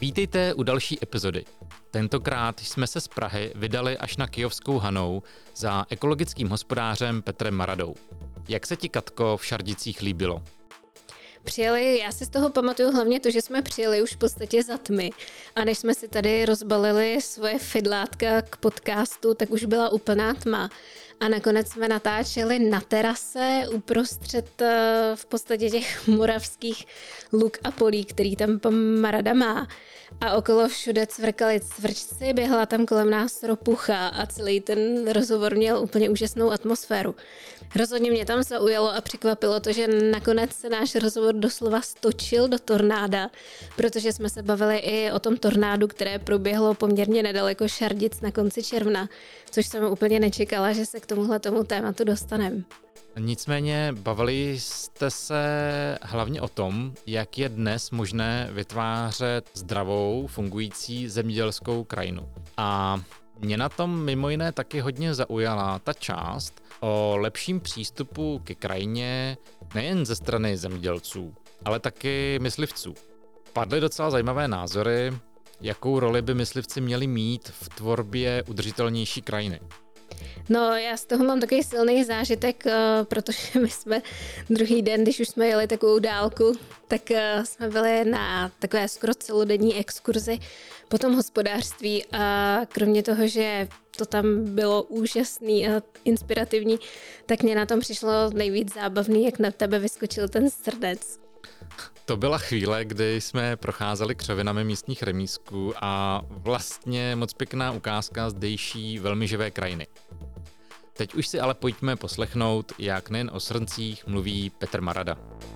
Vítejte u další epizody. Tentokrát jsme se z Prahy vydali až na Kyjovskou Hanou za ekologickým hospodářem Petrem Maradou. Jak se ti, Katko, v Šardicích líbilo? Přijeli, já si z toho pamatuju hlavně to, že jsme přijeli už v podstatě za tmy a než jsme si tady rozbalili svoje fidlátka k podcastu, tak už byla úplná tma. A nakonec jsme natáčeli na terase uprostřed v podstatě těch moravských luk a polí, který tam pan Marada má. A okolo všude cvrkali cvrčci, běhla tam kolem nás ropucha a celý ten rozhovor měl úplně úžasnou atmosféru. Rozhodně mě tam zaujalo a překvapilo to, že nakonec se náš rozhovor doslova stočil do tornáda, protože jsme se bavili i o tom tornádu, které proběhlo poměrně nedaleko Šardic na konci června, což jsem úplně nečekala, že se k tomu tématu dostaneme. Nicméně bavili jste se hlavně o tom, jak je dnes možné vytvářet zdravou, fungující zemědělskou krajinu. A mě na tom mimo jiné taky hodně zaujala ta část o lepším přístupu ke krajině nejen ze strany zemědělců, ale taky myslivců. Padly docela zajímavé názory, jakou roli by myslivci měli mít v tvorbě udržitelnější krajiny. No, já z toho mám takový silný zážitek, protože my jsme druhý den, když už jsme jeli takovou dálku, tak jsme byli na takové skoro celodenní exkurzi po tom hospodářství a kromě toho, že to tam bylo úžasný a inspirativní, tak mě na tom přišlo nejvíc zábavný, jak na tebe vyskočil ten srdec. To byla chvíle, kdy jsme procházeli křovinami místních remízků a vlastně moc pěkná ukázka zdejší velmi živé krajiny. Teď už si ale pojďme poslechnout, jak nejen o srncích mluví Petr Marada.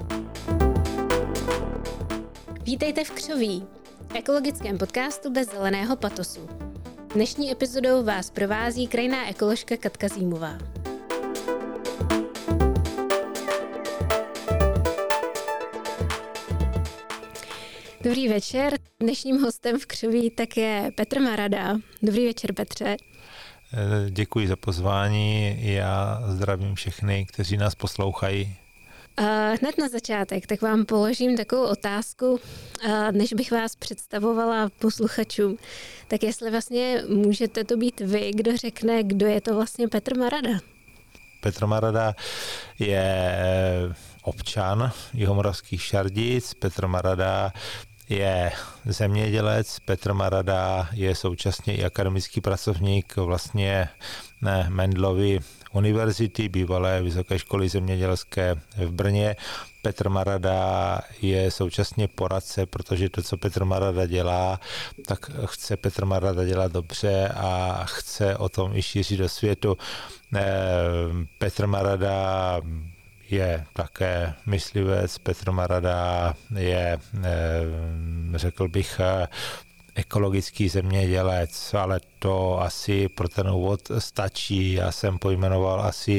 Vítejte v Křoví, ekologickém podcastu bez zeleného patosu. Dnešní epizodou vás provází krajinná ekoložka Katka Zímová. Dobrý večer. Dnešním hostem v Křoví tak je Petr Marada. Dobrý večer, Petře. Děkuji za pozvání. Já zdravím všechny, kteří nás poslouchají. Hned na začátek, tak vám položím takovou otázku, než bych vás představovala posluchačům. Tak jestli vlastně můžete to být vy, kdo řekne, kdo je to vlastně Petr Marada? Petr Marada je občan jihomoravských Šardic. Petr Marada je zemědělec, Petr Marada je současně i akademický pracovník vlastně Mendelovy univerzity, bývalé vysoké školy zemědělské v Brně. Petr Marada je současně poradce, protože to, co Petr Marada dělá, tak chce Petr Marada dělat dobře a chce o tom i šířit do světu. Petr Marada je také myslivec, Petr Marada je, řekl bych, ekologický zemědělec, ale to asi pro ten úvod stačí. Já jsem pojmenoval asi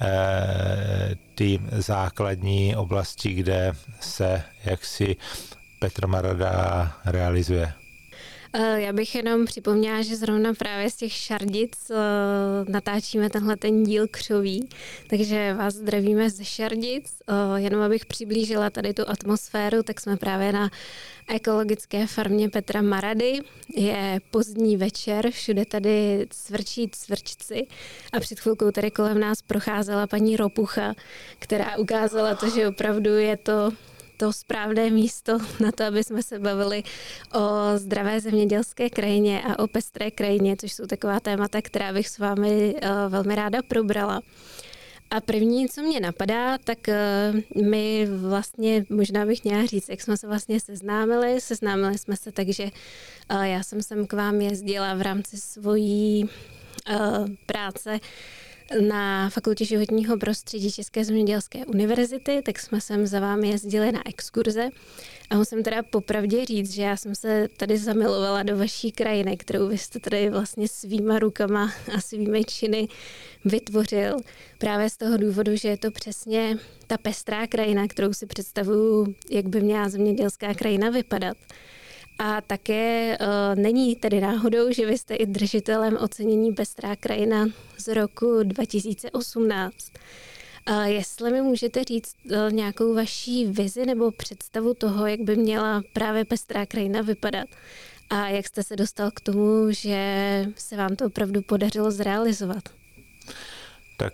ty základní oblasti, kde se jaksi Petr Marada realizuje. Já bych jenom připomněla, že zrovna právě z těch Šardic natáčíme tenhle ten díl Křoví, takže vás zdravíme ze Šardic. Jenom abych přiblížila tady tu atmosféru, tak jsme právě na ekologické farmě Petra Marady. Je pozdní večer, všude tady cvrčí cvrčci a před chvilkou tady kolem nás procházela paní ropucha, která ukázala to, že opravdu je to správné místo na to, aby jsme se bavili o zdravé zemědělské krajině a o pestré krajině, což jsou taková témata, která bych s vámi velmi ráda probrala. A první, co mě napadá, tak my vlastně, možná bych měla říct, jak jsme se vlastně seznámili. Seznámili jsme se tak, že já jsem sem k vám jezdila v rámci svojí práce na Fakultě životního prostředí České zemědělské univerzity, tak jsme sem za vámi jezdili na exkurze a musím teda popravdě říct, že já jsem se tady zamilovala do vaší krajiny, kterou vy jste tady vlastně svýma rukama a svými činy vytvořil. Právě z toho důvodu, že je to přesně ta pestrá krajina, kterou si představuju, jak by měla zemědělská krajina vypadat. A také není tedy náhodou, že vy jste i držitelem ocenění Pestrá krajina z roku 2018. Jestli mi můžete říct nějakou vaší vizi nebo představu toho, jak by měla právě pestrá krajina vypadat a jak jste se dostal k tomu, že se vám to opravdu podařilo zrealizovat? Tak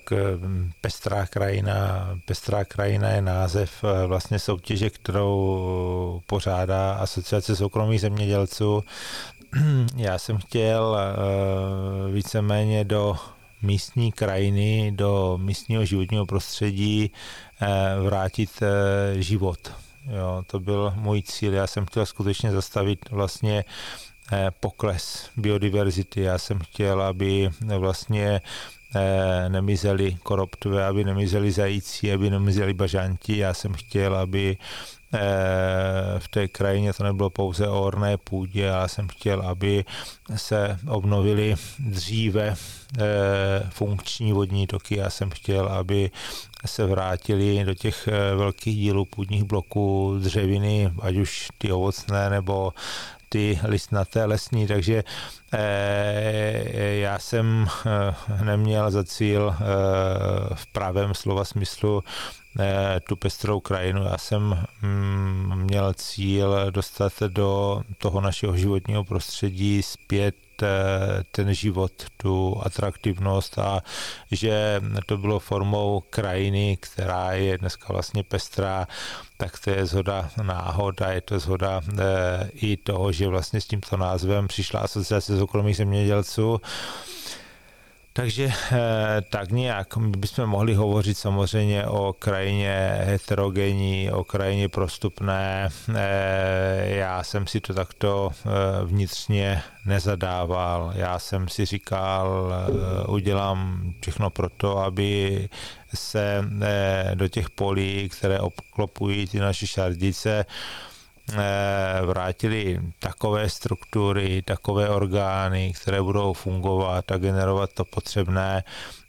Pestrá krajina je název vlastně soutěže, kterou pořádá Asociace soukromých zemědělců. Já jsem chtěl víceméně do místní krajiny, do místního životního prostředí vrátit život. Jo, to byl můj cíl. Já jsem chtěl skutečně zastavit vlastně pokles biodiverzity. Já jsem chtěl, aby vlastně nemizeli koroptové, aby nemizeli zajíci, aby nemizeli bažanti. Já jsem chtěl, aby v té krajině to nebylo pouze o orné půdě, já jsem chtěl, aby se obnovily dříve funkční vodní toky. Já jsem chtěl, aby se vrátili do těch velkých dílů půdních bloků dřeviny, ať už ty ovocné nebo ty listnaté lesní, takže já jsem neměl za cíl v pravém slova smyslu tu pestrou krajinu. Já jsem měl cíl dostat do toho našeho životního prostředí zpět ten život, tu atraktivnost a že to bylo formou krajiny, která je dneska vlastně pestrá, tak to je shoda náhod a je to shoda i toho, že vlastně s tímto názvem přišla Asociace soukromých zemědělců. Takže tak nějak bychom mohli hovořit samozřejmě o krajině heterogenní, o krajině prostupné. Já jsem si to takto vnitřně nezadával. Já jsem si říkal, udělám všechno pro to, aby se do těch polí, které obklopují ty naše Šardice, vrátili takové struktury, takové orgány, které budou fungovat a generovat to potřebné,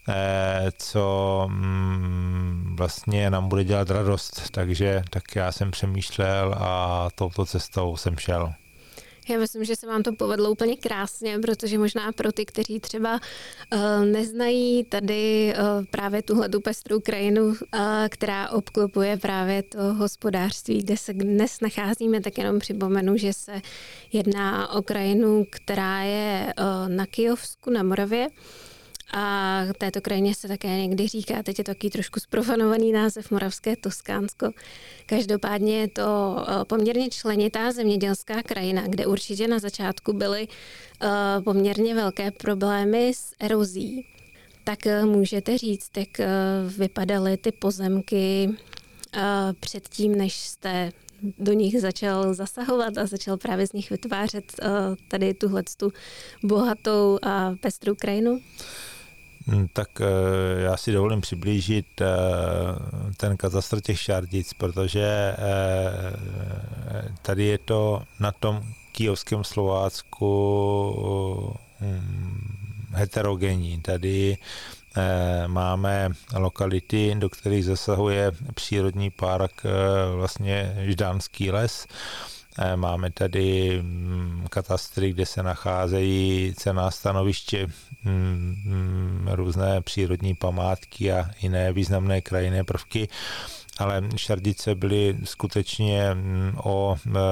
co vlastně nám bude dělat radost. Takže tak já jsem přemýšlel a touto cestou jsem šel. Já myslím, že se vám to povedlo úplně krásně, protože možná pro ty, kteří třeba neznají tady právě tuhletu pestrou krajinu, která obklopuje právě to hospodářství, kde se dnes nacházíme, tak jenom připomenu, že se jedná o krajinu, která je na Kyjovsku, na Moravě. A této krajině se také někdy říká, teď je to takový trošku zprofanovaný název Moravské Toskánsko. Každopádně je to poměrně členitá zemědělská krajina, kde určitě na začátku byly poměrně velké problémy s erozí. Tak můžete říct, jak vypadaly ty pozemky předtím, než jste do nich začal zasahovat a začal právě z nich vytvářet tady tuhletu bohatou a pestrou krajinu? Tak já si dovolím přiblížit ten katastr těch Šardic, protože tady je to na tom Kyjovském Slovácku heterogenní. Tady máme lokality, do kterých zasahuje přírodní park, vlastně Ždánský les. Máme tady katastry, kde se nacházejí cenná stanoviště, různé přírodní památky a jiné významné krajinné prvky, ale Šardice byly skutečně o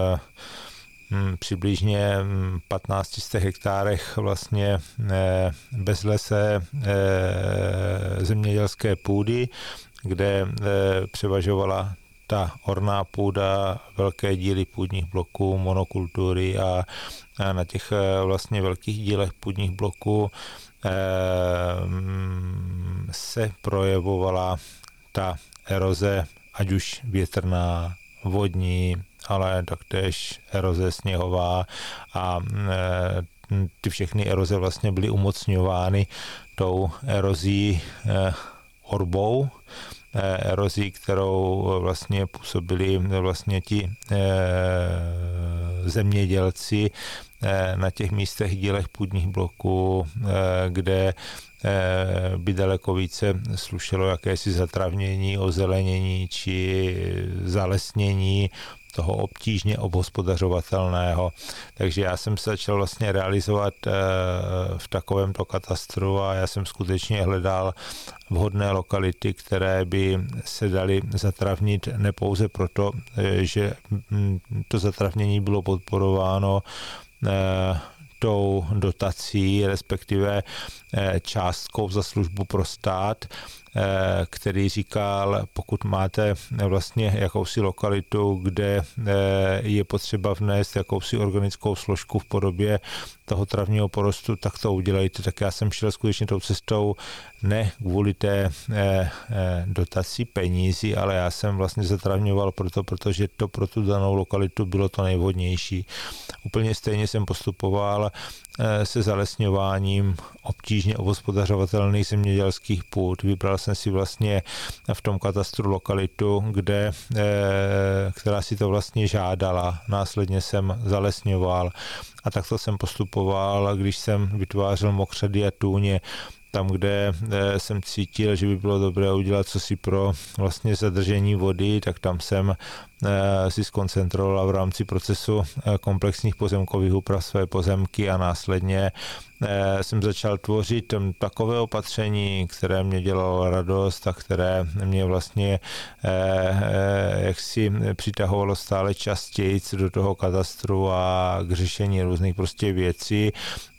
přibližně 1500 hektárech vlastně bezlesé zemědělské půdy, kde převažovala ta orná půda, velké díly půdních bloků, monokultury a na těch vlastně velkých dílech půdních bloků se projevovala ta eroze, ať už větrná, vodní, ale taktéž eroze sněhová a ty všechny eroze vlastně byly umocňovány tou erozí orbou, erozí, kterou vlastně působili vlastně ti zemědělci na těch místech, dílech půdních bloků, kde by daleko více slušelo jakési zatravnění, ozelenění či zalesnění toho obtížně obhospodařovatelného. Takže já jsem se začal vlastně realizovat v takovémto katastru a já jsem skutečně hledal vhodné lokality, které by se daly zatravnit nepouze proto, že to zatravnění bylo podporováno tou dotací, respektive částkou za službu pro stát, který říkal, pokud máte vlastně jakousi lokalitu, kde je potřeba vnést jakousi organickou složku v podobě toho travního porostu, tak to udělejte. Tak já jsem šel skutečně tou cestou ne kvůli té dotaci penízi, ale já jsem vlastně zatravňoval protože to pro tu danou lokalitu bylo to nejvhodnější. Úplně stejně jsem postupoval se zalesňováním obtížně obhospodařovatelných zemědělských půd. Vybral jsem si vlastně v tom katastru lokalitu, která si to vlastně žádala. Následně jsem zalesňoval a takto jsem postupoval, když jsem vytvářel mokřady a tůně, tam, kde jsem cítil, že by bylo dobré udělat cosi pro vlastně zadržení vody, tak tam jsem si zkoncentroval v rámci procesu komplexních pozemkových úprav své pozemky a následně jsem začal tvořit takové opatření, které mě dělalo radost a které mě vlastně jaksi přitahovalo stále častěji do toho katastru a k řešení různých prostě věcí,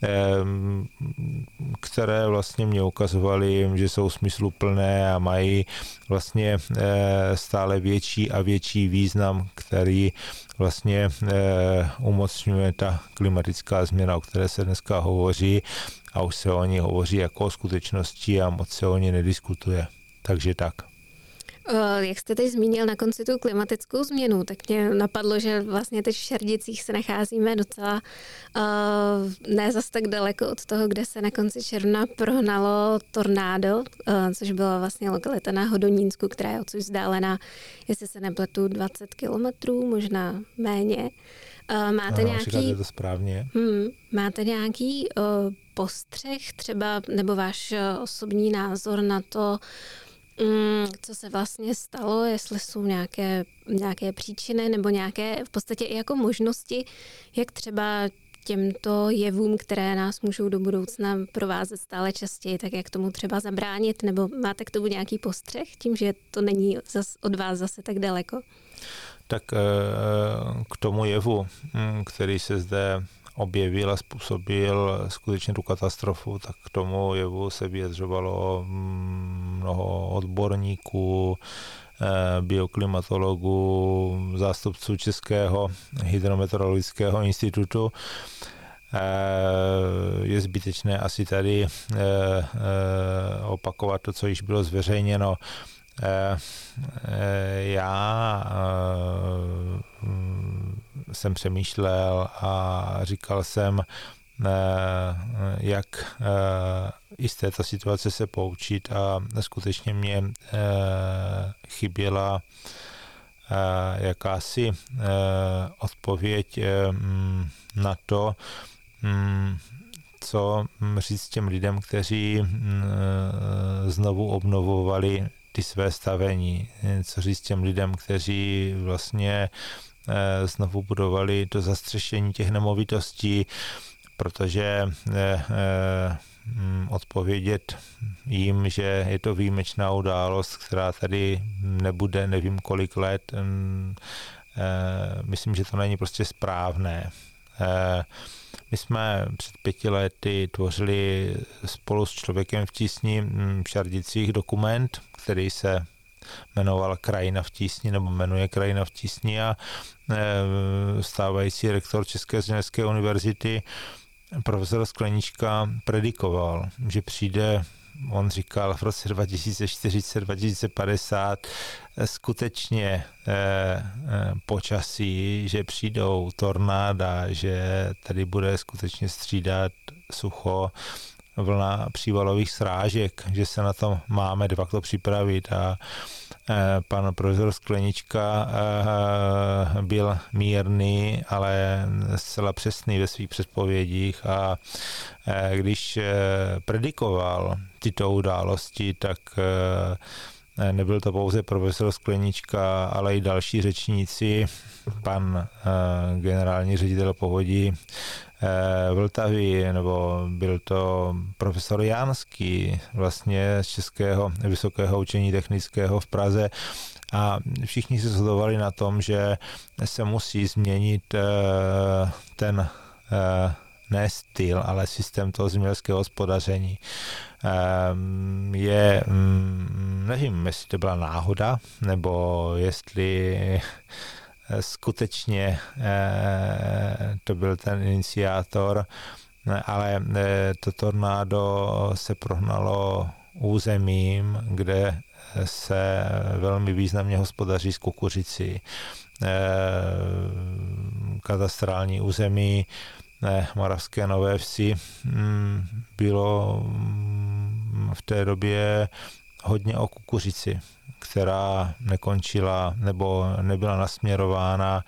které vlastně mě ukazovaly, že jsou smysluplné a mají vlastně stále větší a větší význam, který vlastně umocňuje ta klimatická změna, o které se dneska hovoří a už se o ní hovoří jako o skutečnosti a moc se o ní nediskutuje. Takže tak. Jak jste teď zmínil na konci tu klimatickou změnu, tak mě napadlo, že vlastně teď v Šerdicích se nacházíme docela ne zas tak daleko od toho, kde se na konci června prohnalo tornádo, což byla vlastně lokalita na Hodonínsku, která je odsud vzdálená, jestli se nepletu, 20 kilometrů, možná méně. To správně. Máte nějaký postřeh třeba, nebo váš osobní názor na to, co se vlastně stalo, jestli jsou nějaké příčiny nebo nějaké v podstatě i jako možnosti, jak třeba těmto jevům, které nás můžou do budoucna provázet stále častěji, tak jak tomu třeba zabránit, nebo máte k tomu nějaký postřeh, tím, že to není od vás zase tak daleko? Tak k tomu jevu, který se zde objevil a způsobil skutečně tu katastrofu, tak k tomu jevu se vyjadřovalo mnoho odborníků, bioklimatologů, zástupců Českého hydrometeorologického institutu. Je zbytečné asi tady opakovat to, co již bylo zveřejněno. Já jsem přemýšlel a říkal jsem, jak i z této situace se poučit a skutečně mě chyběla jakási odpověď na to, co říct těm lidem, kteří znovu obnovovali ty své stavení, co říct těm lidem, kteří vlastně znovu budovali to zastřešení těch nemovitostí, protože odpovědět jim, že je to výjimečná událost, která tady nebude nevím kolik let, myslím, že to není prostě správné. My jsme před 5 lety tvořili spolu s Člověkem v tísni v Šardicích dokument, který se jmenoval Krajina v tísni, nebo jmenuje Krajina v tísni a stávající rektor České zemědělské univerzity profesor Sklenička predikoval, že přijde, on říkal, v roce 2040-2050 skutečně počasí, že přijdou tornáda, že tady bude skutečně střídat sucho, vlna přívalových srážek, že se na tom máme de facto připravit a pan profesor Sklenička byl mírný, ale zcela přesný ve svých předpovědích a když predikoval tyto události, tak nebyl to pouze profesor Sklenička, ale i další řečníci, pan generální ředitel povodí Vltavy, nebo byl to profesor Jánský, vlastně z Českého vysokého učení technického v Praze, a všichni se shodovali na tom, že se musí změnit ten ne styl, ale systém toho zemědělského hospodaření. Nevím, jestli to byla náhoda, nebo jestli skutečně to byl ten iniciátor, ale to tornádo se prohnalo územím, kde se velmi významně hospodaří s kukuřicí. Katastrální území Moravské Nové Vsi bylo v té době hodně o kukuřici, která nekončila nebo nebyla nasměrována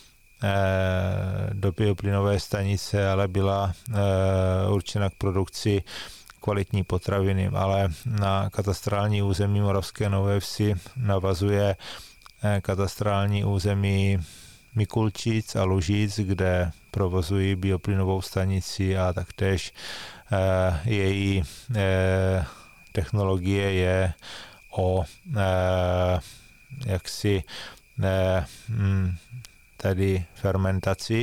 do bioplynové stanice, ale byla určena k produkci kvalitní potraviny. Ale na katastrální území Moravské Nové Vsi navazuje katastrální území Mikulčic a Lužic, kde provozují bioplynovou stanici, a taktéž její technologie je o jaksi tady fermentaci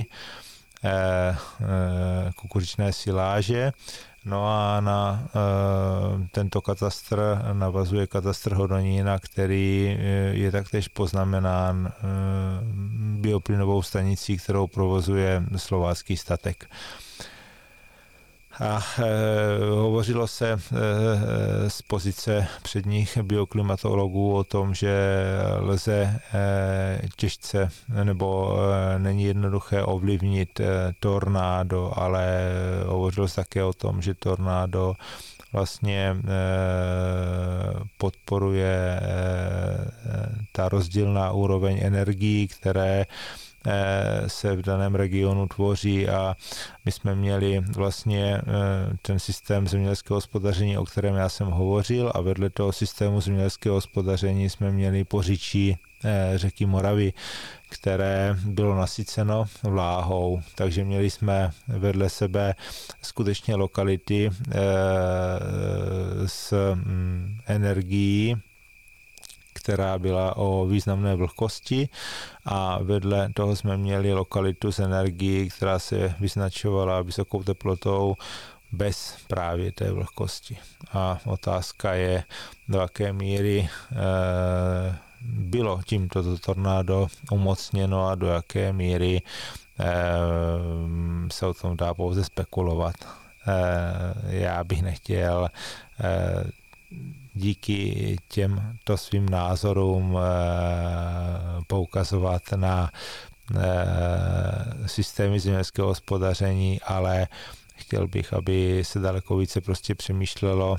kukuřičné siláže. No a na tento katastr navazuje katastr Hodonína, který je taktéž poznamenán bioplynovou stanicí, kterou provozuje Slovácký statek. A hovořilo se z pozice předních bioklimatologů o tom, že lze těžce nebo není jednoduché ovlivnit tornádo, ale hovořilo se také o tom, že tornádo vlastně podporuje ta rozdílná úroveň energií, které se v daném regionu tvoří, a my jsme měli vlastně ten systém zemědělského hospodaření, o kterém já jsem hovořil, a vedle toho systému zemědělského hospodaření jsme měli poříčí řeky Moravy, které bylo nasyceno vláhou, takže měli jsme vedle sebe skutečně lokality s energií, která byla o významné vlhkosti, a vedle toho jsme měli lokalitu s energií, která se vyznačovala vysokou teplotou bez právě té vlhkosti. A otázka je, do jaké míry bylo tímto tornádo umocněno a do jaké míry se o tom dá pouze spekulovat. Já bych nechtěl díky těmto svým názorům poukazovat na systémy zemědělského hospodaření, ale chtěl bych, aby se daleko více prostě přemýšlelo,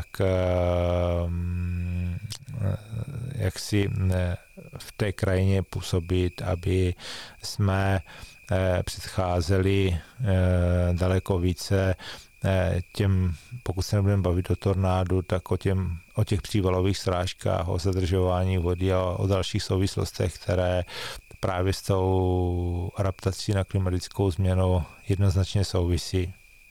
jak si v té krajině působit, aby jsme předcházeli daleko více těm, pokud se nebudeme bavit o tornádu, tak o těch přívalových srážkách, o zadržování vody a o dalších souvislostech, které právě s tou adaptací na klimatickou změnu jednoznačně souvisí.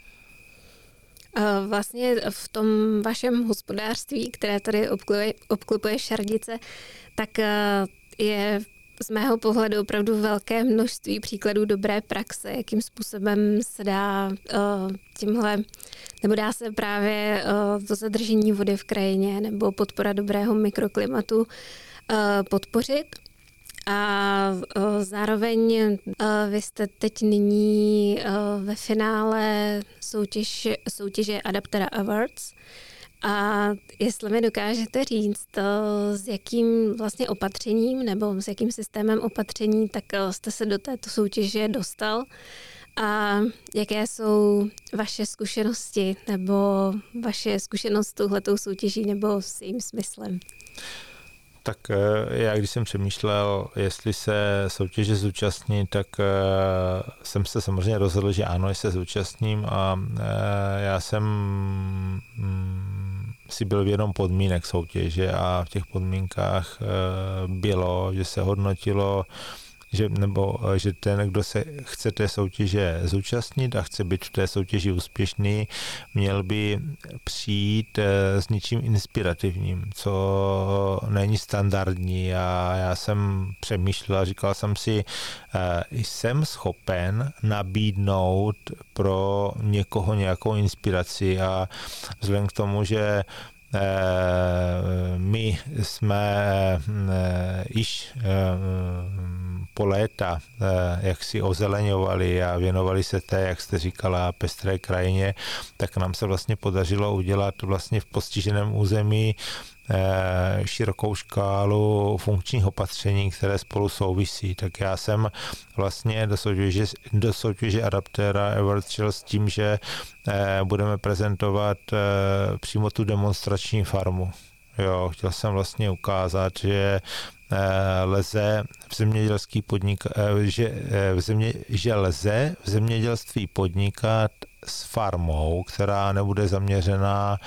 Vlastně v tom vašem hospodářství, které tady obklopuje Šardice, tak je z mého pohledu opravdu velké množství příkladů dobré praxe, jakým způsobem se dá nebo dá se právě to zadržení vody v krajině nebo podpora dobrého mikroklimatu podpořit. A zároveň vy jste teď nyní ve finále soutěže Adaptera Awards. A jestli mi dokážete říct, s jakým vlastně opatřením nebo s jakým systémem opatření, tak jste se do této soutěže dostal, a jaké jsou vaše zkušenosti nebo vaše zkušenost s touhletou soutěží nebo s jejím smyslem? Tak já, když jsem přemýšlel, jestli se soutěže zúčastní, tak jsem se samozřejmě rozhodl, že ano, že se zúčastním, a já jsem si byl vědom podmínek soutěže a v těch podmínkách bylo, že se hodnotilo, že ten, kdo se chce té soutěže zúčastnit a chce být v té soutěži úspěšný, měl by přijít s něčím inspirativním, co není standardní. A já jsem přemýšlel a říkal jsem si, jsem schopen nabídnout pro někoho nějakou inspiraci, a vzhledem k tomu, že my jsme již po léta jak si ozeleňovali a věnovali se té, jak jste říkala, pestré krajině, tak nám se vlastně podařilo udělat vlastně v postiženém území širokou škálu funkčních opatření, které spolu souvisí. Tak já jsem vlastně do soutěže Adaptera Award šel s tím, že budeme prezentovat přímo tu demonstrační farmu. Jo, chtěl jsem vlastně ukázat, že lze v zemědělský že lze v zemědělství podnikat s farmou, která nebude zaměřená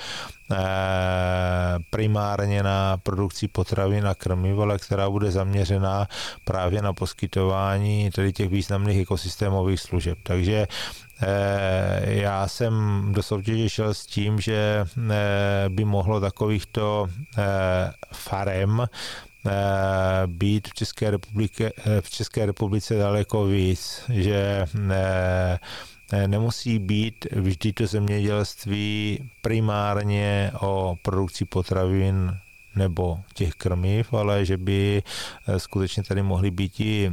primárně na produkci potravin a krmiv, ale která bude zaměřená právě na poskytování tedy těch významných ekosystémových služeb. Takže já jsem do soutěže šel s tím, že by mohlo takovýchto farem být v České republice daleko víc, že nemusí být vždy to zemědělství primárně o produkci potravin nebo těch krmiv, ale že by skutečně tady mohly být i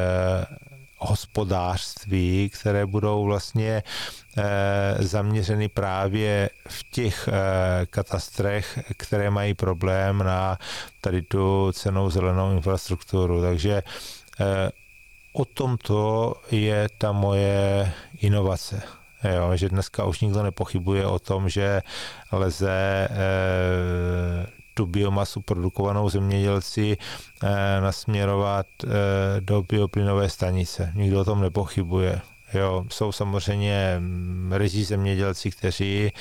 hospodářství, které budou vlastně zaměřeny právě v těch katastrech, které mají problém na tady tu cennou zelenou infrastrukturu. Takže o tomto je ta moje inovace. Jo, že dneska už nikdo nepochybuje o tom, že lze tu biomasu produkovanou zemědělci nasměrovat do bioplynové stanice. Nikdo o tom nepochybuje. Jo, jsou samozřejmě ryzí zemědělci, kteří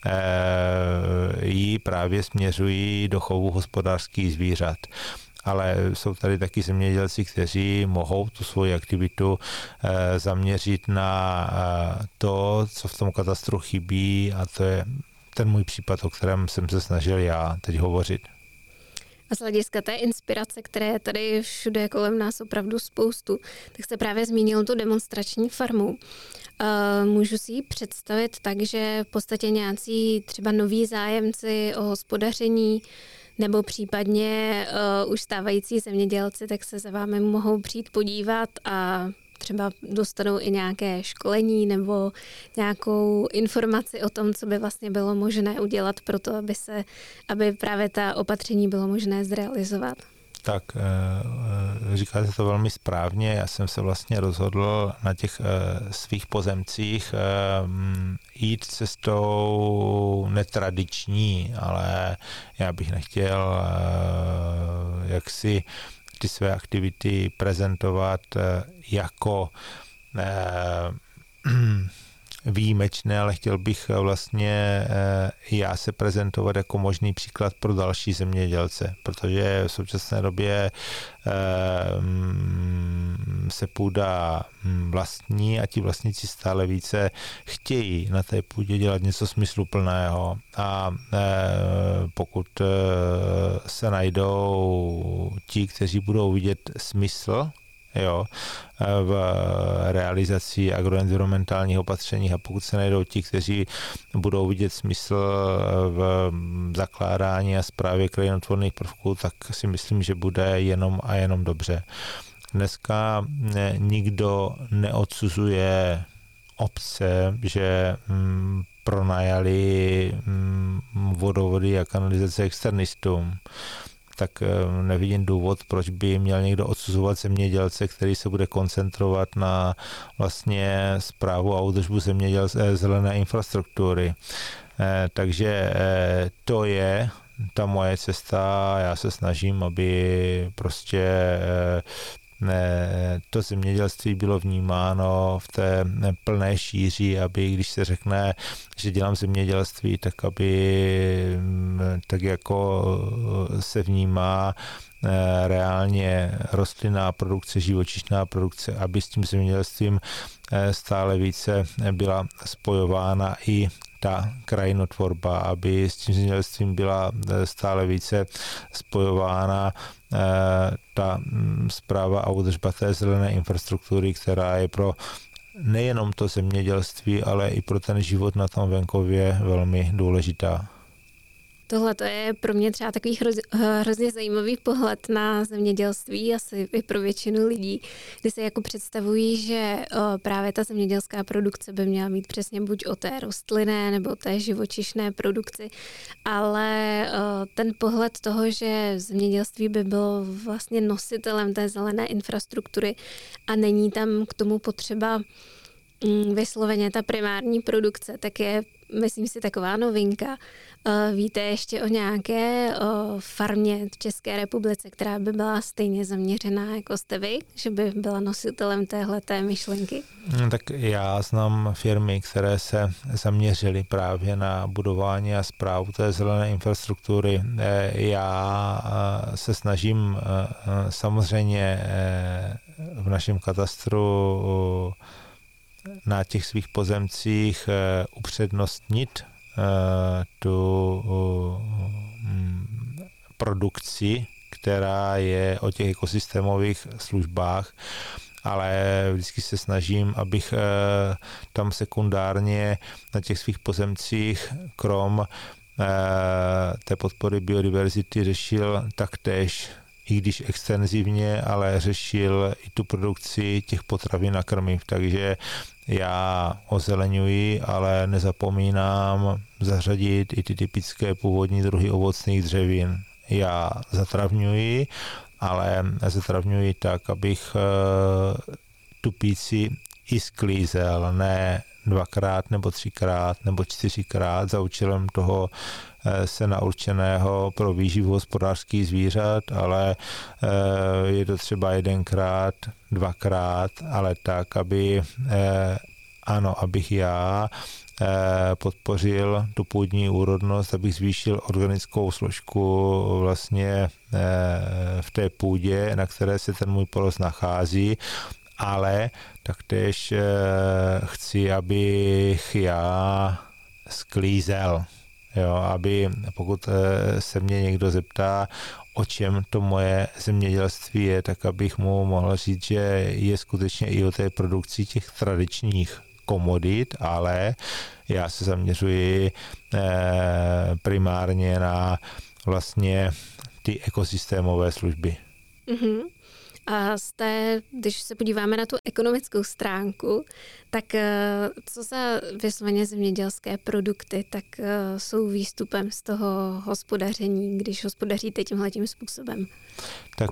ji právě směřují do chovu hospodářských zvířat. Ale jsou tady taky zemědělci, kteří mohou tu svoji aktivitu zaměřit na to, co v tom katastru chybí, a to je ten můj případ, o kterém jsem se snažil já teď hovořit. A z hlediska té inspirace, které je tady všude kolem nás opravdu spoustu, tak jste právě zmínil tu demonstrační farmu. Můžu si ji představit tak, že v podstatě nějací třeba noví zájemci o hospodaření nebo případně už stávající zemědělci, tak se za vámi mohou přijít podívat a třeba dostanou i nějaké školení nebo nějakou informaci o tom, co by vlastně bylo možné udělat pro to, aby právě ta opatření bylo možné zrealizovat. Tak říkáte to velmi správně. Já jsem se vlastně rozhodl na těch svých pozemcích jít cestou netradiční, ale já bych nechtěl jaksi ty své aktivity prezentovat jako výjimečné, ale chtěl bych vlastně já se prezentovat jako možný příklad pro další zemědělce, protože v současné době se půda vlastní a ti vlastníci stále více chtějí na té půdě dělat něco smysluplného, a pokud se najdou ti, kteří budou vidět smysl v realizaci agroenvironmentálních opatření, a pokud se najdou ti, kteří budou vidět smysl v zakládání a správě krajinotvorných prvků, tak si myslím, že bude jenom a jenom dobře. Dneska nikdo neodsuzuje obce, že pronajali vodovody a kanalizace externistům. Tak nevidím důvod, proč by měl někdo odsuzovat zemědělce, který se bude koncentrovat na vlastně správu a údržbu zelené infrastruktury. Takže to je ta moje cesta. Já se snažím, aby prostě to zemědělství bylo vnímáno v té plné šíři, aby když se řekne, že dělám zemědělství, tak jako se vnímá reálně rostlinná produkce, živočišná produkce, aby s tím zemědělstvím stále více byla spojována i ta krajinotvorba, aby s tím zemědělstvím byla stále více spojována ta správa a údržba té zelené infrastruktury, která je pro nejenom to zemědělství, ale i pro ten život na tom venkově velmi důležitá. Tohle to je pro mě třeba takový hrozně zajímavý pohled na zemědělství, asi i pro většinu lidí, kdy se jako představují, že právě ta zemědělská produkce by měla být přesně buď o té rostlinné nebo té živočišné produkci, ale ten pohled toho, že zemědělství by bylo vlastně nositelem té zelené infrastruktury a není tam k tomu potřeba vysloveně ta primární produkce, tak je, myslím si, taková novinka. Víte ještě o nějaké farmě v České republice, která by byla stejně zaměřená jako jste vy, že by byla nositelem téhleté myšlenky? Tak já znám firmy, které se zaměřily právě na budování a správu té zelené infrastruktury. Já se snažím samozřejmě v našem katastru na těch svých pozemcích upřednostnit tu produkci, která je o těch ekosystémových službách, ale vždycky se snažím, abych tam sekundárně na těch svých pozemcích krom té podpory biodiverzity řešil taktéž, i když extenzivně, ale řešil i tu produkci těch potravin a krmiv. Takže já ozeleňuji, ale nezapomínám zařadit i ty typické původní druhy ovocných dřevin. Já zatravňuji, ale zatravňuji tak, abych tu píci i sklízel, ne 2x nebo 3x nebo 4x za účelem toho sena určeného pro výživu hospodářských zvířat, ale je to třeba 1x, 2x, ale tak, abych já podpořil tu půdní úrodnost, abych zvýšil organickou složku vlastně v té půdě, na které se ten můj porost nachází, ale taktéž chci, abych já sklízel. Jo, aby pokud se mě někdo zeptá, o čem to moje zemědělství je, tak abych mu mohl říct, že je skutečně i o té produkci těch tradičních komodit, ale já se zaměřuji primárně na vlastně ty ekosystémové služby. Mm-hmm. A když se podíváme na tu ekonomickou stránku, tak co za vysloveně zemědělské produkty tak jsou výstupem z toho hospodaření, když hospodaříte tímhletím způsobem? Tak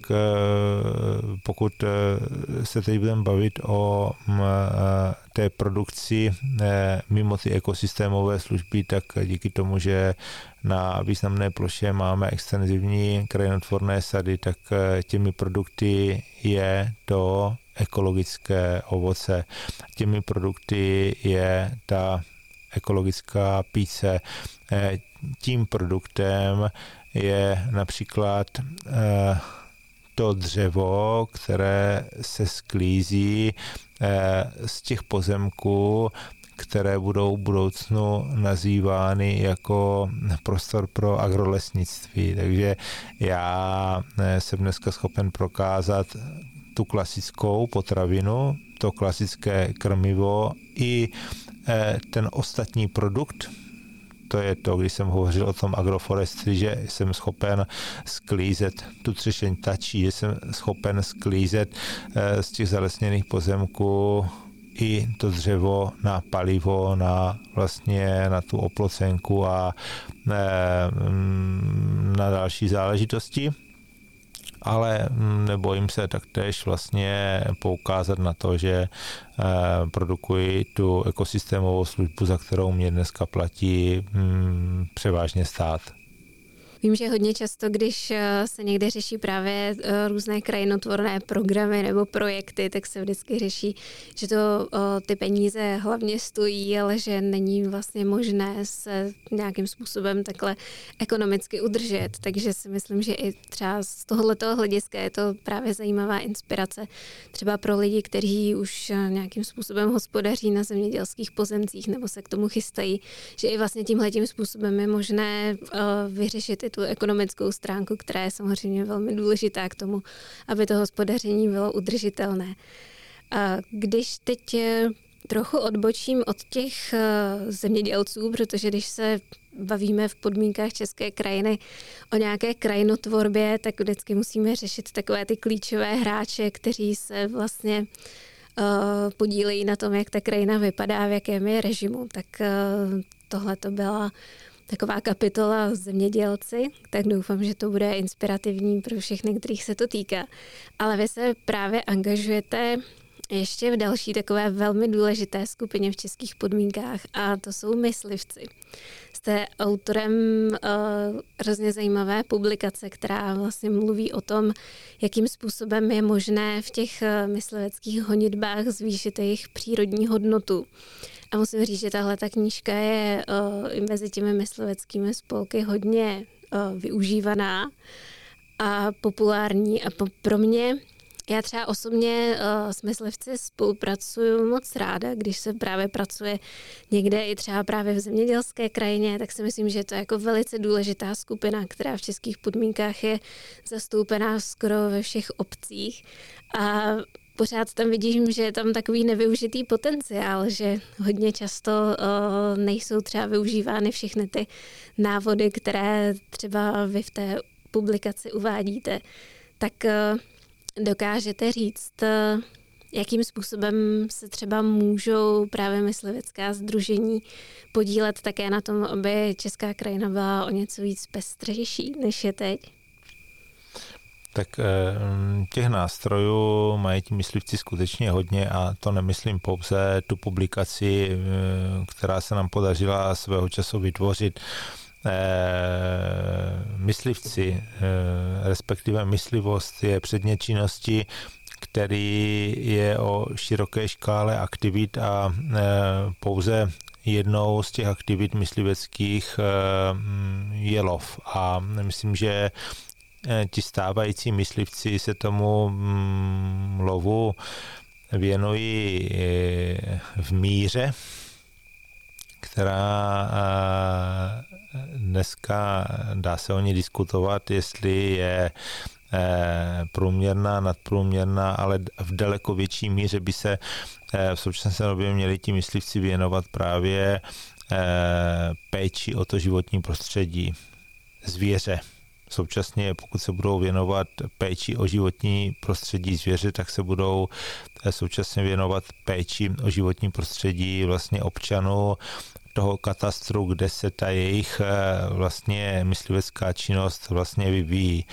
pokud se teď budeme bavit o té produkci mimo ty ekosystémové služby, tak díky tomu, že na významné ploše máme extenzivní krajinotvorné sady, tak těmi produkty je to ekologické ovoce. Těmi produkty je ta ekologická píce. Tím produktem je například to dřevo, které se sklízí z těch pozemků, které budou v budoucnu nazývány jako prostor pro agrolesnictví. Takže já jsem dneska schopen prokázat tu klasickou potravinu, to klasické krmivo i ten ostatní produkt. To je to, když jsem hovořil o tom agroforestry, že jsem schopen sklízet tu třešeň tačí, že jsem schopen sklízet z těch zalesněných pozemků i to dřevo na palivo, na tu oplocenku a na další záležitosti. Ale nebojím se taktéž vlastně poukázat na to, že produkuji tu ekosystémovou službu, za kterou mě dneska platí převážně stát. Vím, že hodně často, když se někde řeší právě různé krajinotvorné programy nebo projekty, tak se vždycky řeší, že to ty peníze hlavně stojí, ale že není vlastně možné se nějakým způsobem takhle ekonomicky udržet. Takže si myslím, že i třeba z tohoto hlediska je to právě zajímavá inspirace třeba pro lidi, kteří už nějakým způsobem hospodaří na zemědělských pozemcích nebo se k tomu chystají, že i vlastně tímhletím způsobem je možné vyřešit i tu ekonomickou stránku, která je samozřejmě velmi důležitá k tomu, aby to hospodaření bylo udržitelné. Když teď trochu odbočím od těch zemědělců, protože když se bavíme v podmínkách české krajiny o nějaké krajinotvorbě, tak vždycky musíme řešit takové ty klíčové hráče, kteří se vlastně podílejí na tom, jak ta krajina vypadá, v jakém je režimu. Tak tohle to byla taková kapitola zemědělci, tak doufám, že to bude inspirativní pro všechny, kterých se to týká. Ale vy se právě angažujete ještě v další takové velmi důležité skupině v českých podmínkách a to jsou myslivci. Jste autorem hrozně zajímavé publikace, která vlastně mluví o tom, jakým způsobem je možné v těch mysliveckých honitbách zvýšit jejich přírodní hodnotu. A musím říct, že tahle ta knížka je mezi těmi mysliveckými spolky hodně využívaná a populární a pro mě, já třeba osobně s myslivci spolupracuju moc ráda, když se právě pracuje někde i třeba právě v zemědělské krajině, tak si myslím, že to je jako velice důležitá skupina, která v českých podmínkách je zastoupená skoro ve všech obcích a pořád tam vidím, že je tam takový nevyužitý potenciál, že hodně často nejsou třeba využívány všechny ty návody, které třeba vy v té publikaci uvádíte. Tak dokážete říct, jakým způsobem se třeba můžou právě myslivecká sdružení podílet také na tom, aby česká krajina byla o něco víc pestřejší, než je teď? Tak těch nástrojů mají ti myslivci skutečně hodně a to nemyslím pouze tu publikaci, která se nám podařila svého času vytvořit. Myslivci, respektive myslivost je předmět činnosti, který je o široké škále aktivit a pouze jednou z těch aktivit mysliveckých je lov. A myslím, že ti stávající myslivci se tomu lovu věnují v míře, která dneska dá se o ní diskutovat, jestli je průměrná, nadprůměrná, ale v daleko větší míře by se v současné době měli ti myslivci věnovat právě péči o to životní prostředí zvěře. Současně, pokud se budou věnovat péči o životní prostředí zvěře, tak se budou současně věnovat péči o životní prostředí vlastně občanů toho katastru, kde se ta jejich vlastně myslivecká činnost vlastně vyvíjí.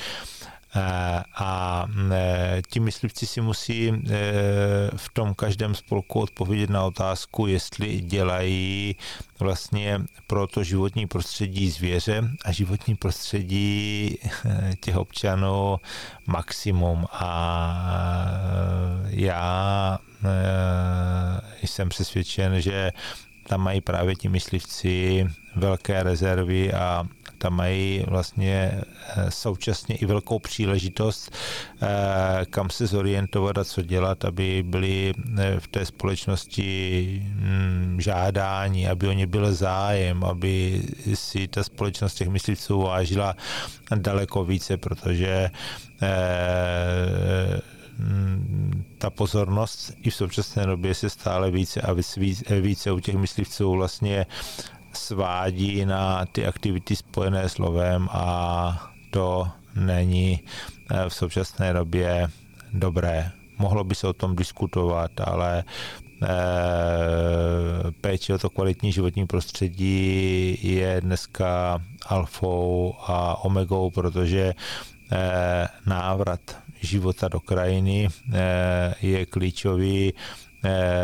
A ti myslivci si musí v tom každém spolku odpovědět na otázku, jestli dělají vlastně pro to životní prostředí zvěře a životní prostředí těch občanů maximum. A já jsem přesvědčen, že tam mají právě ti myslivci velké rezervy a tam mají vlastně současně i velkou příležitost, kam se zorientovat a co dělat, aby byli v té společnosti žádání, aby o ně byl zájem, aby si ta společnost těch myslivců vážila daleko více, protože ta pozornost i v současné době se stále více a více u těch myslivců vlastně svádí na ty aktivity spojené s lovem a to není v současné době dobré. Mohlo by se o tom diskutovat, ale péče o to kvalitní životní prostředí je dneska alfou a omegou, protože návrat života do krajiny je klíčový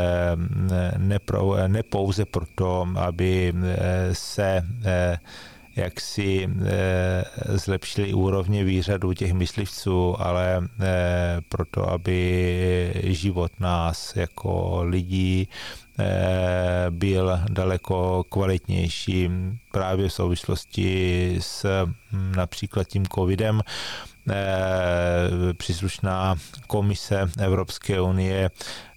ne pouze proto, aby se jak si zlepšili úrovně výřadu těch myslivců, ale proto, aby život nás jako lidí byl daleko kvalitnější právě v souvislosti s například tím covidem. Příslušná komise Evropské unie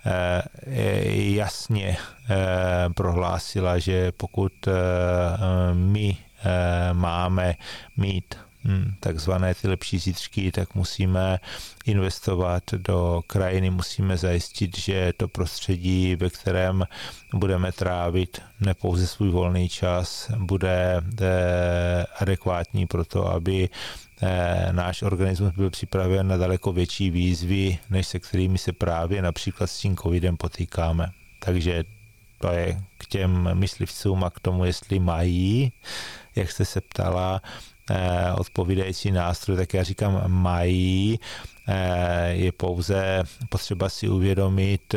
jasně prohlásila, že pokud my máme mít takzvané ty lepší zítřky, tak musíme investovat do krajiny, musíme zajistit, že to prostředí, ve kterém budeme trávit nepouze svůj volný čas, bude adekvátní pro to, aby náš organismus byl připraven na daleko větší výzvy, než se kterými se právě například s tím covidem potýkáme. Takže to je k těm myslivcům a k tomu, jestli mají, jak jste se ptala, odpovídající nástroj, tak já říkám mají, je pouze potřeba si uvědomit,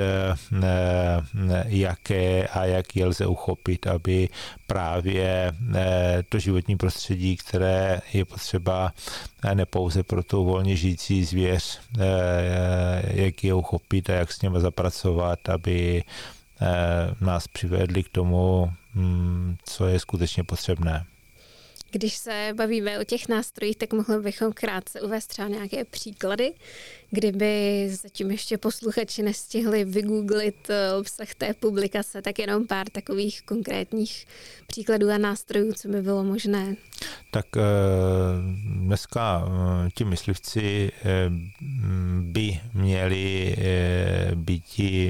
jaké a jak je lze uchopit, aby právě to životní prostředí, které je potřeba nepouze pro tu volně žijící zvěř, jak je uchopit a jak s něma zapracovat, aby nás přivedli k tomu, co je skutečně potřebné. Když se bavíme o těch nástrojích, tak mohli bychom krátce uvést třeba nějaké příklady, kdyby zatím ještě posluchači nestihli vygooglit obsah té publikace, tak jenom pár takových konkrétních příkladů a nástrojů, co by bylo možné. Tak dneska ti myslivci by měli být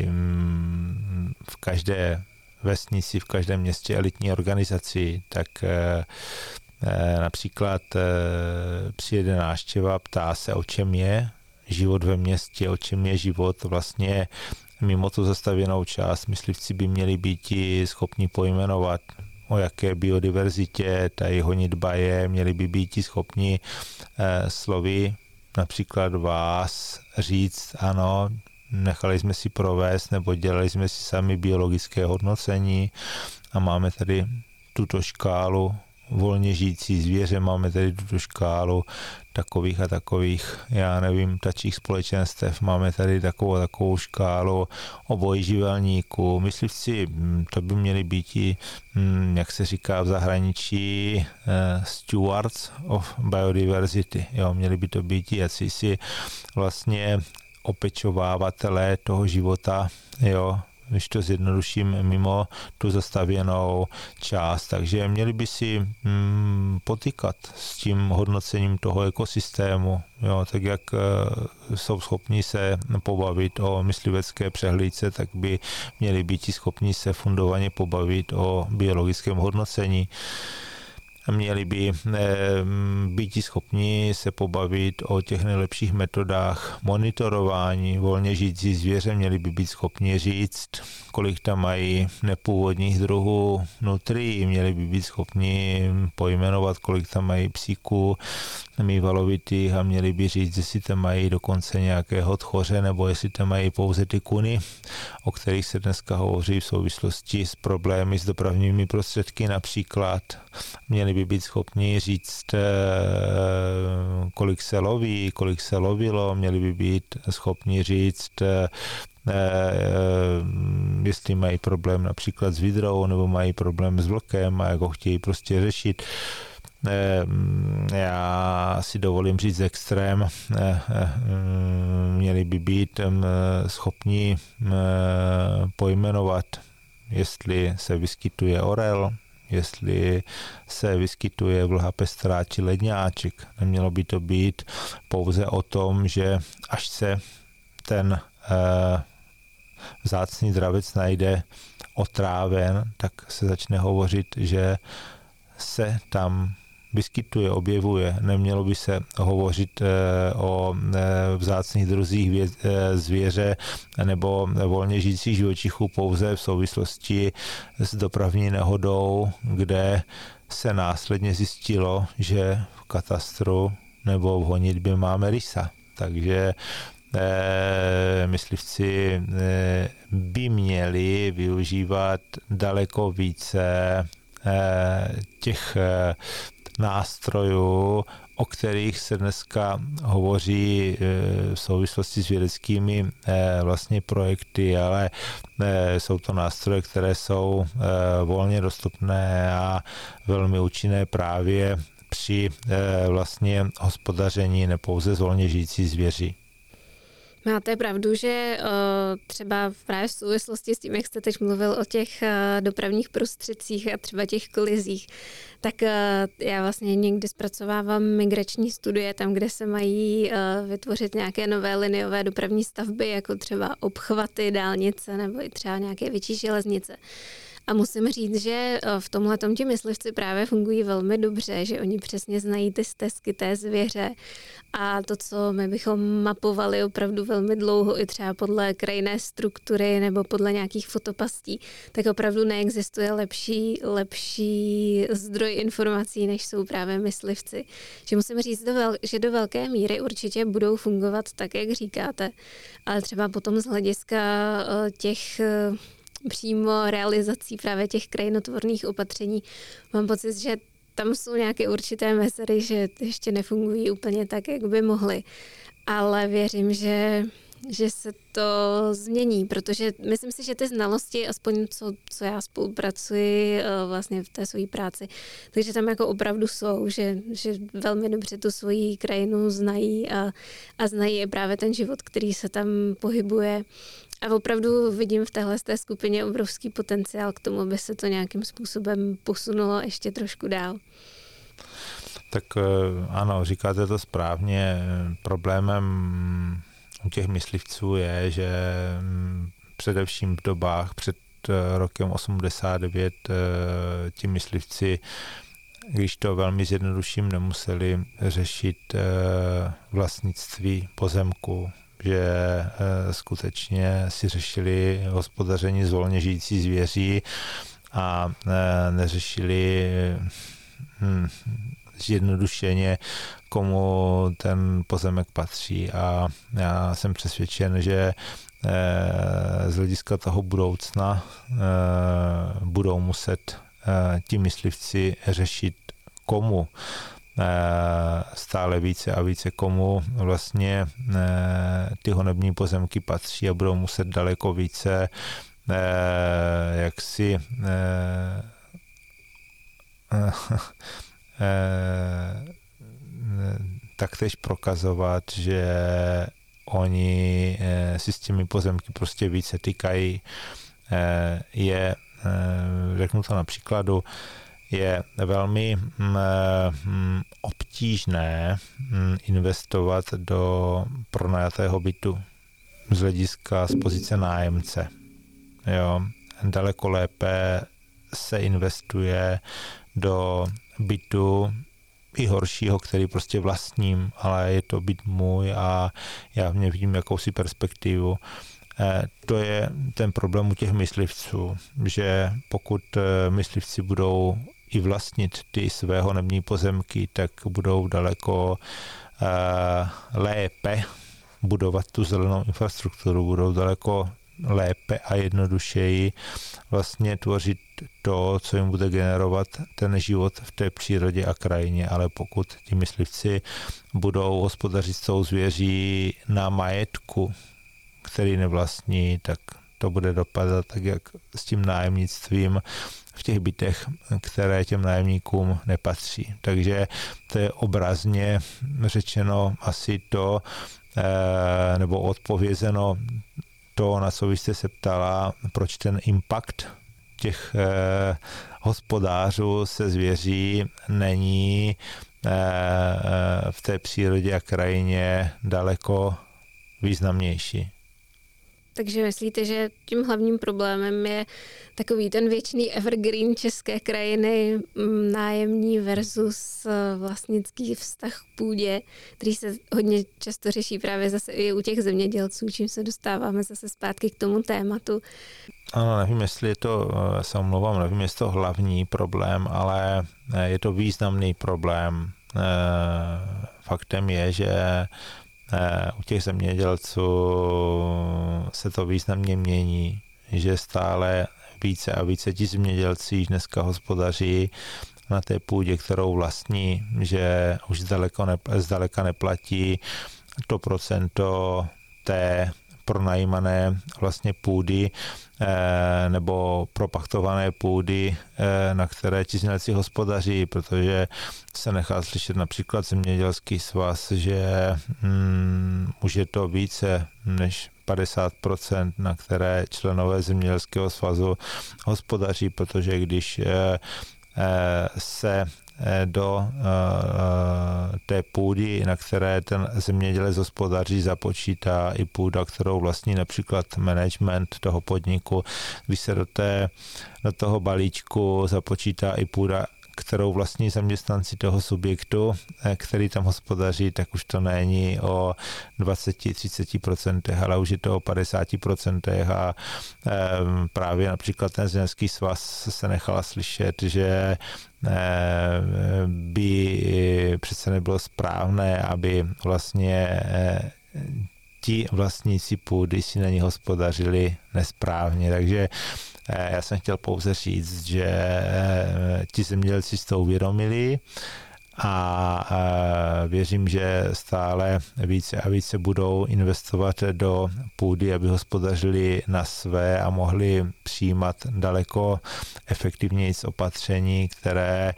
v každé vesnici, v každém městě elitní organizaci, tak například přijede návštěva, ptá se, o čem je život ve městě, o čem je život vlastně mimo tu zastavěnou část. Myslivci by měli být schopni pojmenovat, o jaké biodiverzitě ta honitba je, měli by být schopni slovy například vás říct, ano, nechali jsme si provést nebo dělali jsme si sami biologické hodnocení a máme tady tuto škálu volně žijící zvěře, máme tady tuto škálu takových a takových, já nevím, ptačích společenstev, máme tady takovou škálu obojživelníků. Myslivci, to by měli být i, jak se říká v zahraničí, stewards of biodiversity. Jo, měli by to být jakýsi vlastně opečovávatelé toho života, jo, když to zjednoduším, mimo tu zastavěnou část. Takže měli by si potýkat s tím hodnocením toho ekosystému, jo, tak jak jsou schopni se pobavit o myslivecké přehlídce, tak by měli být schopni se fundovaně pobavit o biologickém hodnocení. Měli by být schopni se pobavit o těch nejlepších metodách monitorování volně žijící zvěře, měli by být schopni říct, kolik tam mají nepůvodních druhů nutrií, měli by být schopni pojmenovat, kolik tam mají psíků mývalovitých a měli by říct, jestli tam mají dokonce nějakého tchoře nebo jestli tam mají pouze ty kuny, o kterých se dneska hovoří v souvislosti s problémy s dopravními prostředky například. Měli by být schopni říct, kolik se loví, kolik se lovilo, měli by být schopni říct, jestli mají problém například s vidrou nebo mají problém s vlkem a jak ho chtějí prostě řešit. Já si dovolím říct extrém, měli by být schopni pojmenovat, jestli se vyskytuje orel, jestli se vyskytuje vlhapestráč či ledňáček. Nemělo by to být pouze o tom, že až se ten vzácný dravec najde otráven, tak se začne hovořit, že se tam vyskytuje, objevuje. Nemělo by se hovořit o vzácných druzích zvěře nebo volně žijících živočichů pouze v souvislosti s dopravní nehodou, kde se následně zjistilo, že v katastru nebo v honitbě máme rysa. Takže myslivci by měli využívat daleko více těch nástrojů, o kterých se dneska hovoří v souvislosti s vědeckými vlastně projekty, ale jsou to nástroje, které jsou volně dostupné a velmi účinné právě při vlastně hospodaření nepouze s volně žijící zvěří. Máte pravdu, že třeba právě v souvislosti s tím, jak jste teď mluvil o těch dopravních prostředcích a třeba těch kolizích, tak já vlastně někdy zpracovávám migrační studie tam, kde se mají vytvořit nějaké nové liniové dopravní stavby, jako třeba obchvaty, dálnice nebo i třeba nějaké větší železnice. A musím říct, že v tomhletom ti myslivci právě fungují velmi dobře, že oni přesně znají ty stezky té zvěře a to, co my bychom mapovali opravdu velmi dlouho i třeba podle krajinné struktury nebo podle nějakých fotopastí, tak opravdu neexistuje lepší zdroj informací, než jsou právě myslivci. Že musím říct, že do velké míry určitě budou fungovat tak, jak říkáte, ale třeba potom z hlediska těch přímo realizací právě těch krajinotvorných opatření. Mám pocit, že tam jsou nějaké určité mezery, že ještě nefungují úplně tak, jak by mohly. Ale věřím, že se to změní, protože myslím si, že ty znalosti, aspoň co já spolupracuji vlastně v té své práci, takže tam jako opravdu jsou, že velmi dobře tu svoji krajinu znají a znají i právě ten život, který se tam pohybuje. A opravdu vidím v téhle skupině obrovský potenciál k tomu, aby se to nějakým způsobem posunulo ještě trošku dál. Tak ano, říkáte to správně. Problémem u těch myslivců je, že především v dobách před rokem 89 ti myslivci, když to velmi zjednoduším, nemuseli řešit vlastnictví pozemku, že skutečně si řešili hospodaření s volně žijící zvěří a neřešili zjednodušeně, komu ten pozemek patří. A já jsem přesvědčen, že z hlediska toho budoucna budou muset ti myslivci řešit, komu stále více a více, komu vlastně ty honební pozemky patří a budou muset daleko více jaksi taktéž prokazovat, že oni si s těmi pozemky prostě více týkají. Řeknu to na příkladu, je velmi obtížné investovat do pronajatého bytu z hlediska z pozice nájemce. Jo. Daleko lépe se investuje do bytu i horšího, který prostě vlastním, ale je to byt můj a já v něm vidím jakousi perspektivu. To je ten problém u těch myslivců, že pokud myslivci budou i vlastnit ty své honební pozemky, tak budou daleko lépe budovat tu zelenou infrastrukturu, budou daleko lépe a jednodušeji vlastně tvořit to, co jim bude generovat ten život v té přírodě a krajině. Ale pokud ti myslivci budou hospodařit s tou zvěří na majetku, který nevlastní, tak to bude dopadat tak, jak s tím nájemnictvím v těch bytech, které těm nájemníkům nepatří. Takže to je obrazně řečeno asi to, nebo odpovězeno to, na co vy jste se ptala, proč ten impact těch hospodářů se zvěří není v té přírodě a krajině daleko významnější. Takže myslíte, že tím hlavním problémem je takový ten věčný evergreen české krajiny, nájemní versus vlastnický vztah k půdě, který se hodně často řeší právě zase i u těch zemědělců, čím se dostáváme zase zpátky k tomu tématu. Ano, nevím, jestli je to, se omlouvám, nevím, jestli je to hlavní problém, ale je to významný problém. Faktem je, že u těch zemědělců se to významně mění, že stále více a více ti zemědělci dneska hospodaří na té půdě, kterou vlastní, že už zdaleka neplatí to procento té pronajímané vlastně půdy nebo propachtované půdy, na které ti zemědělci hospodaří, protože se nechá slyšet například zemědělský svaz, že už je to více než 50%, na které členové zemědělského svazu hospodaří, protože když se do té půdy, na které ten zemědělec hospodaří, započítá i půda, kterou vlastní například management toho podniku. Když se do toho balíčku započítá i půda, kterou vlastní zaměstnanci toho subjektu, který tam hospodaří, tak už to není o 20-30%, ale už je to o 50%. A právě například ten zemědělský svaz se nechala slyšet, že by přece nebylo správné, aby vlastně ti vlastníci půdy si na ní hospodařili nesprávně. Takže já jsem chtěl pouze říct, že ti zemědělci si to uvědomili a věřím, že stále více a více budou investovat do půdy, aby hospodařili na své a mohli přijímat daleko efektivněji opatření, které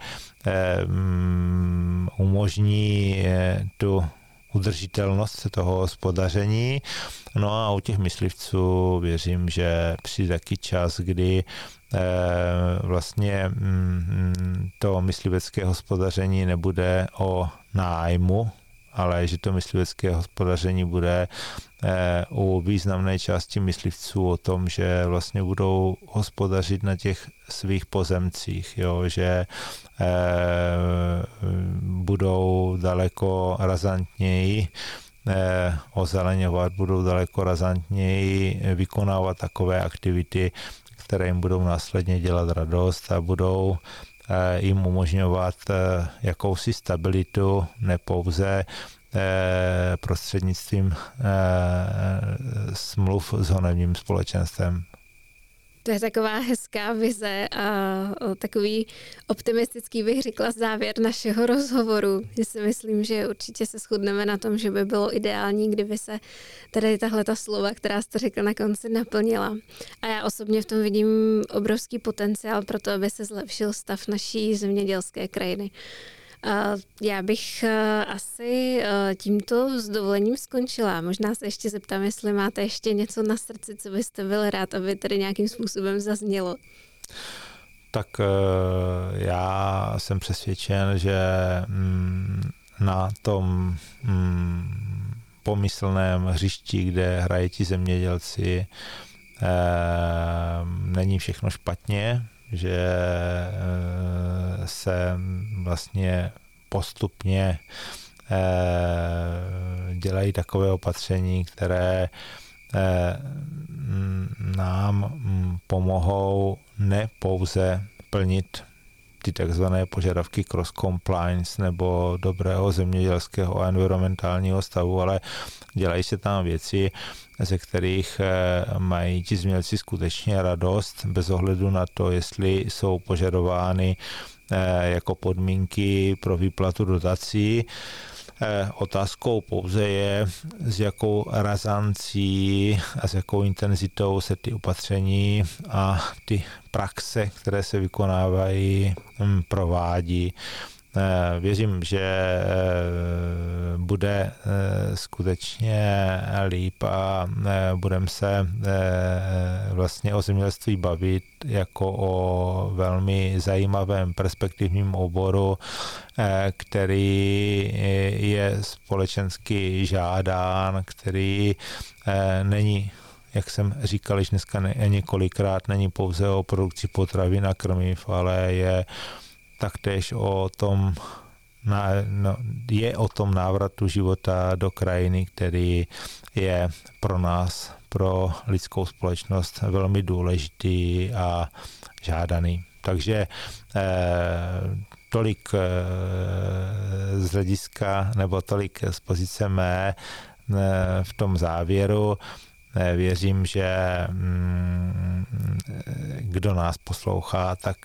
umožní tu udržitelnost toho hospodaření. No a u těch myslivců věřím, že přijde taky čas, kdy vlastně to myslivecké hospodaření nebude o nájmu, ale že to myslivecké hospodaření bude u významné části myslivců o tom, že vlastně budou hospodařit na těch svých pozemcích, jo, že budou daleko razantněji ozeleňovat, budou daleko razantněji vykonávat takové aktivity, které jim budou následně dělat radost a budou jim umožňovat jakousi stabilitu, ne pouze prostřednictvím smluv s honebním společenstvem. To je taková hezká vize a takový optimistický, bych řekla, závěr našeho rozhovoru. Já si myslím, že určitě se shodneme na tom, že by bylo ideální, kdyby se tady tahleta slova, která jste řekla na konci, naplnila. A já osobně v tom vidím obrovský potenciál pro to, aby se zlepšil stav naší zemědělské krajiny. Já bych asi tímto s dovolením skončila. Možná se ještě zeptám, jestli máte ještě něco na srdci, co byste byl rád, aby tady nějakým způsobem zaznělo. Tak já jsem přesvědčen, že na tom pomyslném hřišti, kde hrají ti zemědělci, není všechno špatně, že se vlastně postupně dělají takové opatření, které nám pomohou ne pouze plnit ty takzvané požadavky cross compliance nebo dobrého zemědělského a environmentálního stavu, ale dělají se tam věci, ze kterých mají ti zemědělci skutečně radost, bez ohledu na to, jestli jsou požadovány jako podmínky pro výplatu dotací. Otázkou pouze je, s jakou razancí a s jakou intenzitou se ty opatření a ty praxe, které se vykonávají, provádí. Věřím, že bude skutečně líp a budeme se vlastně o zemědělství bavit jako o velmi zajímavém perspektivním oboru, který je společensky žádán, který není, jak jsem říkal již dneska několikrát, není pouze o produkci potravin a krmiv, ale je taktéž je o tom návratu života do krajiny, který je pro nás, pro lidskou společnost velmi důležitý a žádaný. Takže tolik z hlediska, nebo tolik z pozice mé v tom závěru. Věřím, že kdo nás poslouchá, tak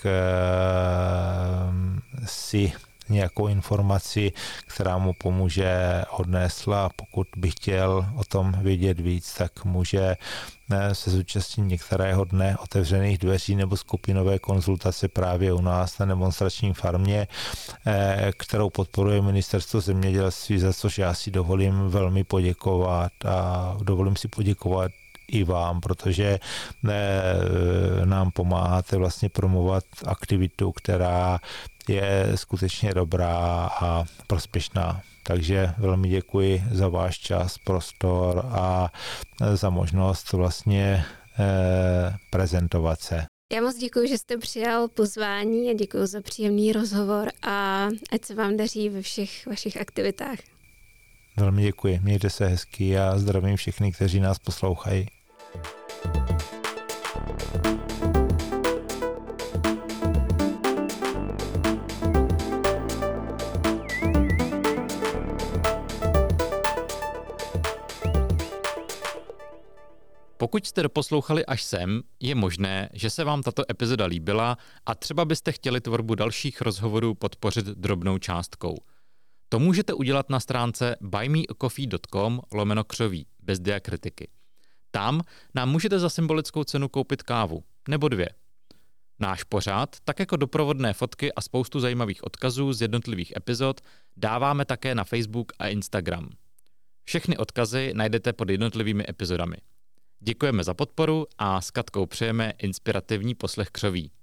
si nějakou informaci, která mu pomůže, odnesla. Pokud by chtěl o tom vědět víc, tak může se zúčastnit některého dne otevřených dveří nebo skupinové konzultace právě u nás na demonstrační farmě, kterou podporuje Ministerstvo zemědělství, za což já si dovolím velmi poděkovat a dovolím si poděkovat i vám, protože nám pomáháte vlastně promovat aktivitu, která je skutečně dobrá a prospěšná. Takže velmi děkuji za váš čas, prostor a za možnost vlastně prezentovat se. Já moc děkuji, že jste přijal pozvání a děkuji za příjemný rozhovor a ať se vám daří ve všech vašich aktivitách. Velmi děkuji, mějte se hezky a zdravím všechny, kteří nás poslouchají. Pokud jste doposlouchali až sem, je možné, že se vám tato epizoda líbila a třeba byste chtěli tvorbu dalších rozhovorů podpořit drobnou částkou. To můžete udělat na stránce buymeacoffee.com/křoví, bez diakritiky. Tam nám můžete za symbolickou cenu koupit kávu, nebo 2. Náš pořad, tak jako doprovodné fotky a spoustu zajímavých odkazů z jednotlivých epizod dáváme také na Facebook a Instagram. Všechny odkazy najdete pod jednotlivými epizodami. Děkujeme za podporu a s Katkou přejeme inspirativní poslech křoví.